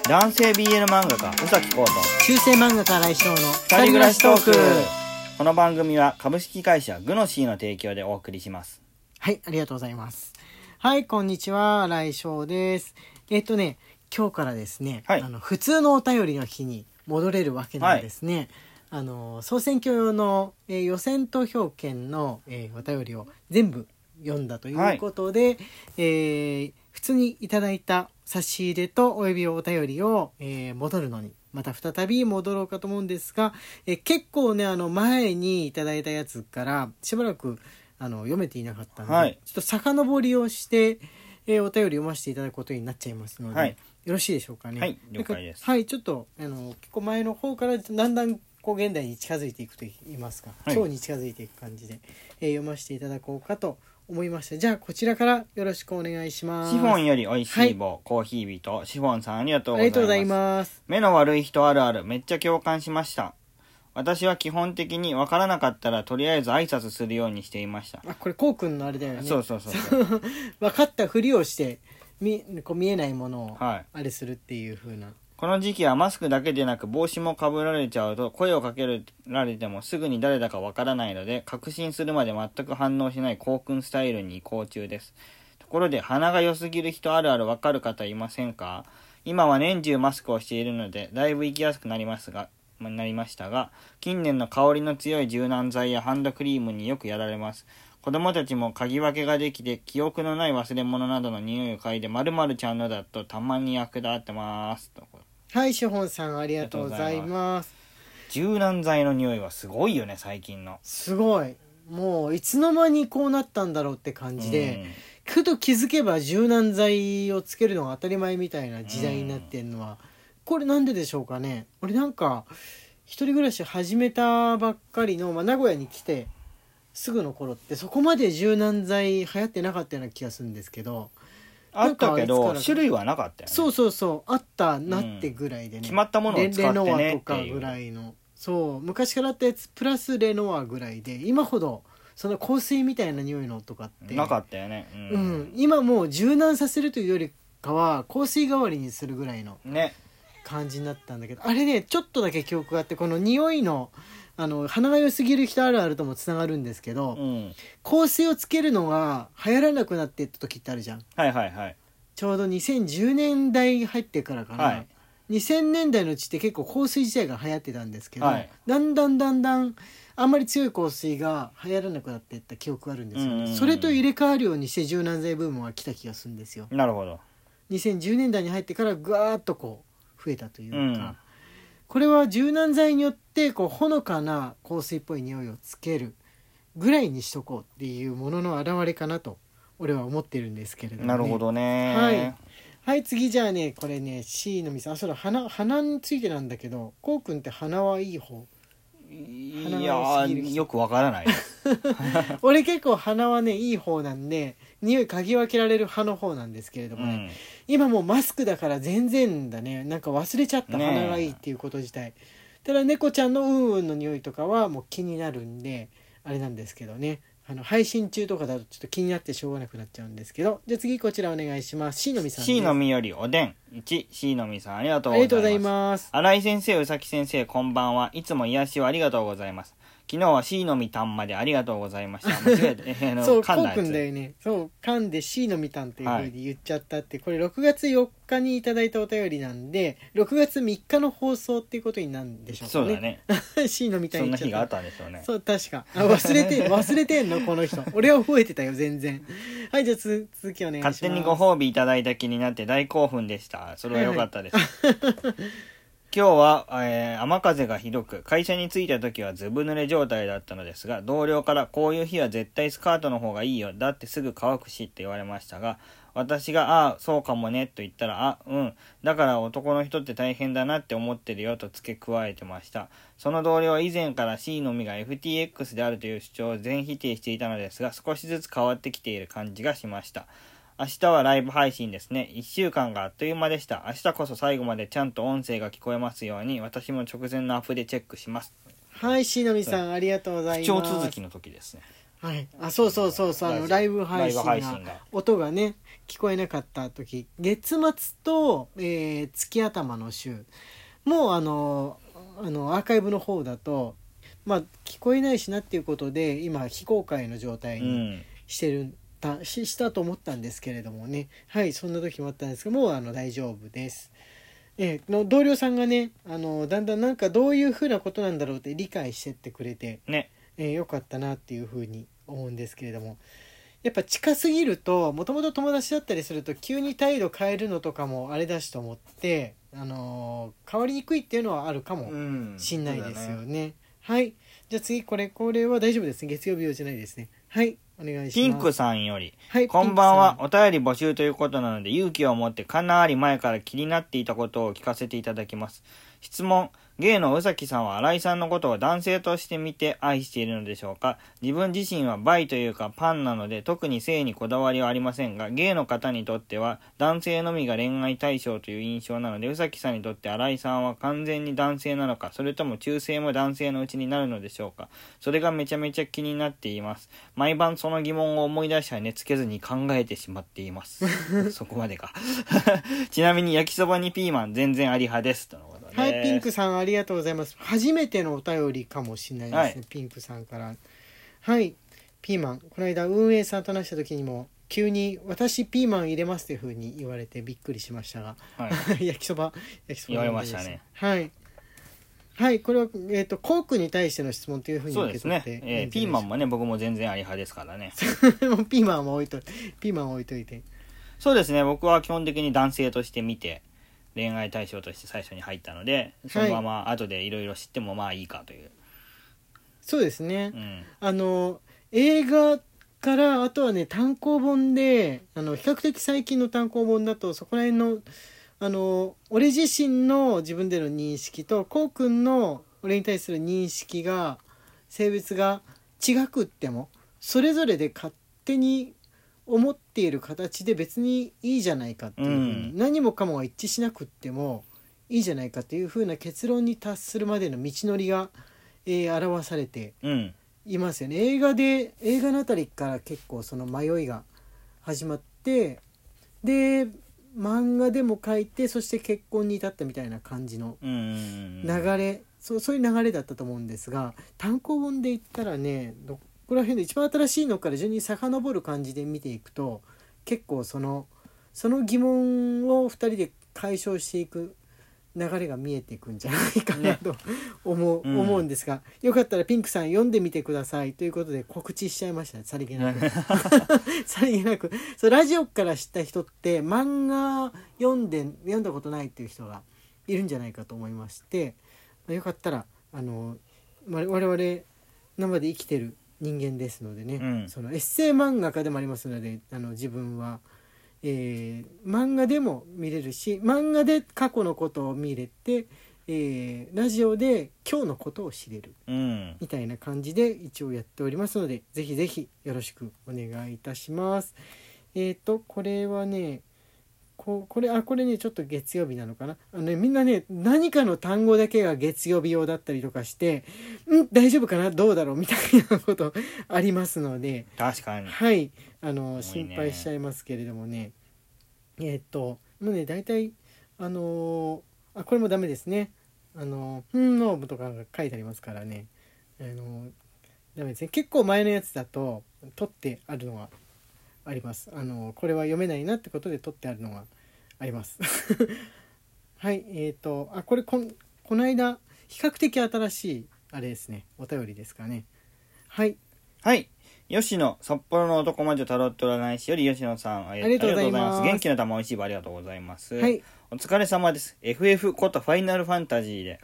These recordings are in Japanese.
男性 BL 漫画家宇崎浩と中世漫画家来翔の二人暮らしトーク。この番組は株式会社グノシーの提供でお送りします。 はい、ありがとうございます。はい、こんにちは、来翔です。今日からですね、 はい、 普通のお便りの日に戻れるわけなんですね。はい、総選挙用の、予選投票権の、お便りを全部読んだということで、普通にいただいた差し入れとおよびお便りを、戻るのにまた再び戻ろうかと思うんですが、結構ね前にいただいたやつからしばらく読めていなかったので、 はい、 ちょっと遡りをして、お便り読ませていただくことになっちゃいますので、 はい、 よろしいでしょうかね。 はい、了解です。 はい、ちょっと結構前の方からだんだんこう現代に近づいていくといいますか、 はい、 今日に近づいていく感じで、読ませていただこうかと思いました。じゃあこちらからよろしくお願いします。 シフォンよりおいしい棒、はい、コーヒー人シフォンさんありがとうございます。目の悪い人あるあるめっちゃ共感しました。私は基本的に分からなかったらとりあえず挨拶するようにしていました。 これこうくんのあれだよね。 そう分かったふりをして見えないものをあれするっていう風な、 この時期はマスクだけでなく帽子もかぶられちゃうと声をかけられてもすぐに誰だかわからないので確信するまで全く反応しないコウ君スタイルに移行中です。ところで鼻が良すぎる人あるあるわかる方いませんか？今は年中マスクをしているのでだいぶ行きやすくなりましたが近年の香りの強い柔軟剤やハンドクリームによくやられます。子供たちも嗅ぎ分けができて記憶のない忘れ物などの匂いを嗅いで〇〇ちゃんのだとたまに役立ってますと。 はい、シホンさんありがとうございます。 柔軟剤の匂いはすごいよね最近の。 すごい、もういつの間にこうなったんだろうって感じで、ふと気づけば柔軟剤をつけるのが当たり前みたいな時代になってんのは、これなんででしょうかね。俺なんか一人暮らし始めたばっかりの、名古屋に来てすぐの頃ってそこまで柔軟剤流行ってなかったような気がするんですけど、 あったけど種類はなかったよね。 そうあったなってぐらいでね、 決まったものを使ってねレノアとかぐらいの、そう昔からあったやつプラスレノアぐらいで、今ほどその香水みたいな匂いのとかってなかったよね、 今もう柔軟させるというよりかは香水代わりにするぐらいの感じになったんだけど、あれねちょっとだけ記憶があって、この匂いの鼻が良すぎる人あるあるともつながるんですけど、香水をつけるのが流行らなくなっていった時ってあるじゃん。 はいはいはい。 ちょうど2010年代入ってからかな、はい、2000年代のうちって結構香水自体が流行ってたんですけど、だんだんあんまり強い香水が流行らなくなっていった記憶があるんですよね、それと入れ替わるようにして柔軟剤ブームは来た気がするんですよ。 なるほど。 2010年代に入ってからぐわーっとこう増えたというか、これは柔軟剤によってこうほのかな香水っぽい匂いをつけるぐらいにしとこうっていうものの表れかなと俺は思ってるんですけれども、ね、 なるほどね。 はい、次じゃあね、これね C のみさん、それ鼻についてなんだけど、こうくんって鼻はいい方？ いやよくわからない俺結構鼻はねいい方なんで匂い嗅ぎ分けられる派の方なんですけれどもね、今もうマスクだから全然だね、なんか忘れちゃった、鼻がいいっていうこと自体。ただ猫ちゃんのうんの匂いとかはもう気になるんであれなんですけどね、配信中とかだとちょっと気になってしょうがなくなっちゃうんですけど、じゃあ次こちらお願いします。 C のみさんです。 C のみよりおでん 1C のみさんありがとうございます。新井先生、宇崎先生こんばんは。いつも癒しをありがとうございます。昨日は C のみたんまでありがとうございました。間違えてそうこうくんだよね。そう噛んで C のみたんっていう風に言っちゃったって、これ6月4日にいただいたお便りなんで6月3日の放送っていうことになるんでしょうかね。 そうだね C のみたんそんな日があったんでしょうね。 そう確か忘れてんのこの人。俺は覚えてたよ全然。はい、じゃあ続きお願いします。 勝手にご褒美いただいた気になって大興奮でした。それは良かったです、今日は、雨風がひどく会社に着いた時はずぶ濡れ状態だったのですが、同僚からこういう日は絶対スカートの方がいいよ、だってすぐ乾くしって言われましたが、私がそうかもねと言ったらだから男の人って大変だなって思ってるよと付け加えてました。その同僚は以前から C のみが FTX であるという主張を全否定していたのですが、少しずつ変わってきている感じがしました。明日はライブ配信ですね。1週間があっという間でした。明日こそ最後までちゃんと音声が聞こえますように、私も直前のアップでチェックします。 はい、しのみさんありがとうございます。 不調続きの時ですね。 はい、そうライブ配信が音がね聞こえなかった時、月末と、月頭の週もうアーカイブの方だと聞こえないしなっていうことで今非公開の状態にしてる、したと思ったんですけれどもね、はい、そんな時もあったんですが、もう大丈夫です。の同僚さんがねだんだんなんかどういうふうなことなんだろうって理解してってくれて、 ね、 よかったなっていうふうに思うんですけれども、やっぱ近すぎると、もともと友達だったりすると急に態度変えるのとかもあれだしと思って、変わりにくいっていうのはあるかもしんないですよね。はい、じゃあ次これは大丈夫ですね。月曜日用じゃないですね。はい、お願いします。 ピンクさんより、 はい、 こんばんは。お便り募集ということなので勇気を持ってかなり前から気になっていたことを聞かせていただきます。質問、ゲイの宇崎さんは新井さんのことを男性として見て愛しているのでしょうか。自分自身はバイというかパンなので特に性にこだわりはありませんが、ゲイの方にとっては男性のみが恋愛対象という印象なので、宇崎さんにとって新井さんは完全に男性なのか、それとも中性も男性のうちになるのでしょうか。それがめちゃめちゃ気になっています。毎晩その疑問を思い出したら寝つけずに考えてしまっていますそこまでかちなみに焼きそばにピーマン全然あり派ですとのことで、 はい、ピンクさんありがとうございます。初めてのお便りかもしれないですね、はい、ピンクさんから。はい、ピーマン、この間運営さんと話した時にも急に私ピーマン入れますという風に言われてびっくりしましたが、はい、焼きそば言われましたね。 はいはい、これは、コークに対しての質問というふうに受け取って、 そうですね、ピーマンもね僕も全然あり派ですからねピーマンは置いといて。 そうですね、僕は基本的に男性として見て恋愛対象として最初に入ったので、そのまま後でいろいろ知ってもまあいいかという、 そうですね、映画からあとはね単行本で比較的最近の単行本だとそこら辺の俺自身の自分での認識とこうくんの俺に対する認識が性別が違くってもそれぞれで勝手に思っている形で別にいいじゃないかっていうふうに、何もかもが一致しなくってもいいじゃないかっていうふうな結論に達するまでの道のりが、表されていますよね、映画のあたりから結構その迷いが始まって、で漫画でも書いてそして結婚に至ったみたいな感じの流れ、そういう流れだったと思うんですが、単行本で言ったらねどこら辺で一番新しいのから順に遡る感じで見ていくと結構その疑問を2人で解消していく流れが見えていくんじゃないかなと思うんですが、よかったらピンクさん読んでみてくださいということで告知しちゃいましたね、さりげなくさりげなく。そう、ラジオから知った人って漫画読んだことないっていう人がいるんじゃないかと思いまして、よかったら我々生で生きてる人間ですのでね、そのエッセイ漫画家でもありますので自分は漫画でも見れるし、漫画で過去のことを見れて、ラジオで今日のことを知れる、みたいな感じで一応やっておりますので、ぜひぜひよろしくお願いいたします。これはねこれねちょっと月曜日なのかな、みんなね何かの単語だけが月曜日用だったりとかして大丈夫かなどうだろうみたいなことありますので、 確かにはい心配しちゃいますけれどもね、もうね大体これもダメですね、ノーブとかが書いてありますからね、ダメですね。結構前のやつだと取ってあるのはあります。これは読めないなってことで取ってあるのがありますはいこれこの間比較的新しいあれですね、お便りですかね。はい吉野札幌の男魔女タロット占い師より吉野さんありがとうございます。元気の玉おいしい棒ありがとうございます、はい、お疲れ様です。 FF ことファイナルファンタジーで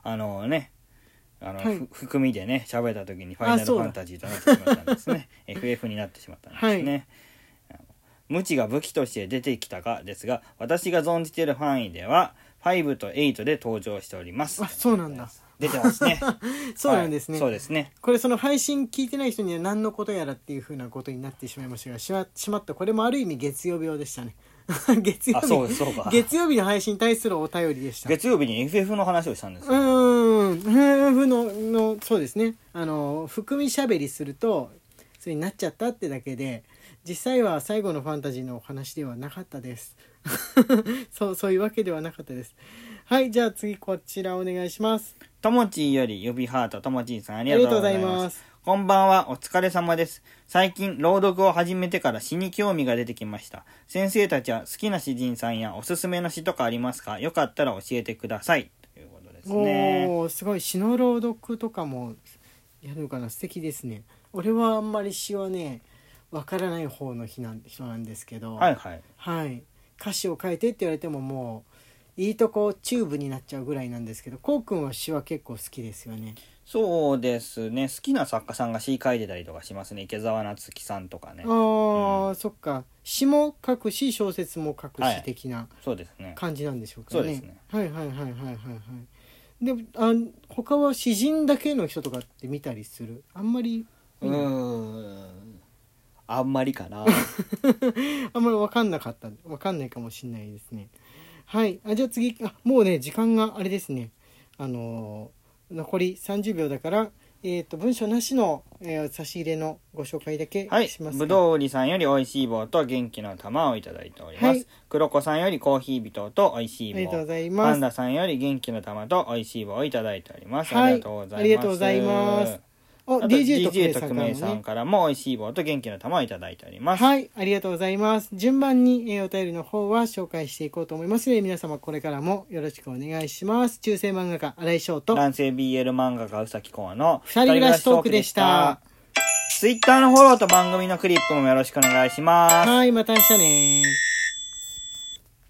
含みでね喋った時にファイナルファンタジーとなってしまったんですねFF になってしまったんですね、無知が武器として出てきたかですが、私が存じている範囲では5と8で登場しております。 そうなんだ、 出てますねそうなんですね、 そうですね。 これその配信聞いてない人には何のことやらっていう風なことになってしまいましたが、しまったこれもある意味月曜日用でしたね月曜日の配信に対するお便りでした。 月曜日に FF の話をしたんですよ。 FF のそうですね、含みしゃべりするとそれになっちゃったってだけで、実際は最後のファンタジーのお話ではなかったですそういうわけではなかったです。はい、じゃあ次こちらお願いします。 ともちーより指ハート、ともちーさんありがとうございます。こんばんは、お疲れ様です。最近朗読を始めてから詩に興味が出てきました。先生たちは好きな詩人さんやおすすめの詩とかありますか？よかったら教えてください、ということですね。 おー、すごい。詩の朗読とかもやるのかな。素敵ですね。俺はあんまり詩はねわからない方の人なんですけど、 はいはい、 はい、歌詞を書いてって言われてももういいとこチューブになっちゃうぐらいなんですけど、こうくんは詩は結構好きですよね。 そうですね、好きな作家さんが詩書いてたりとかしますね。池澤夏樹さんとかね。 そっか。詩も書くし小説も書くし的な感じなんでしょうかね。 そうですね。 はいはいはいはいはいはい。で他は詩人だけの人とかって見たりする？あんまりあんまりかなあんまり分かんないかもしれないですね。はい、じゃあ次、もうね時間があれですね。残り30秒だから、文章なしの、差し入れのご紹介だけします。 ぶどう売りさんよりおいしい棒と元気の玉をいただいております。はい、黒子さんよりコーヒー人とおいしい棒。 ありがとうございます。 パンダさんより元気の玉とおいしい棒をいただいております。 はい、 ありがとうございます。ありがとうございます。DJ 特命さんからもおいしい棒と元気の玉をいただいております。 はい、ありがとうございます。順番に、お便りの方は紹介していこうと思いますので、皆様これからもよろしくお願いします。中世漫画家新井翔と男性 BL 漫画家宇崎公の二人暮らしトークでした。 Twitter のフォローと番組のクリップもよろしくお願いします。 はい、また明日ね。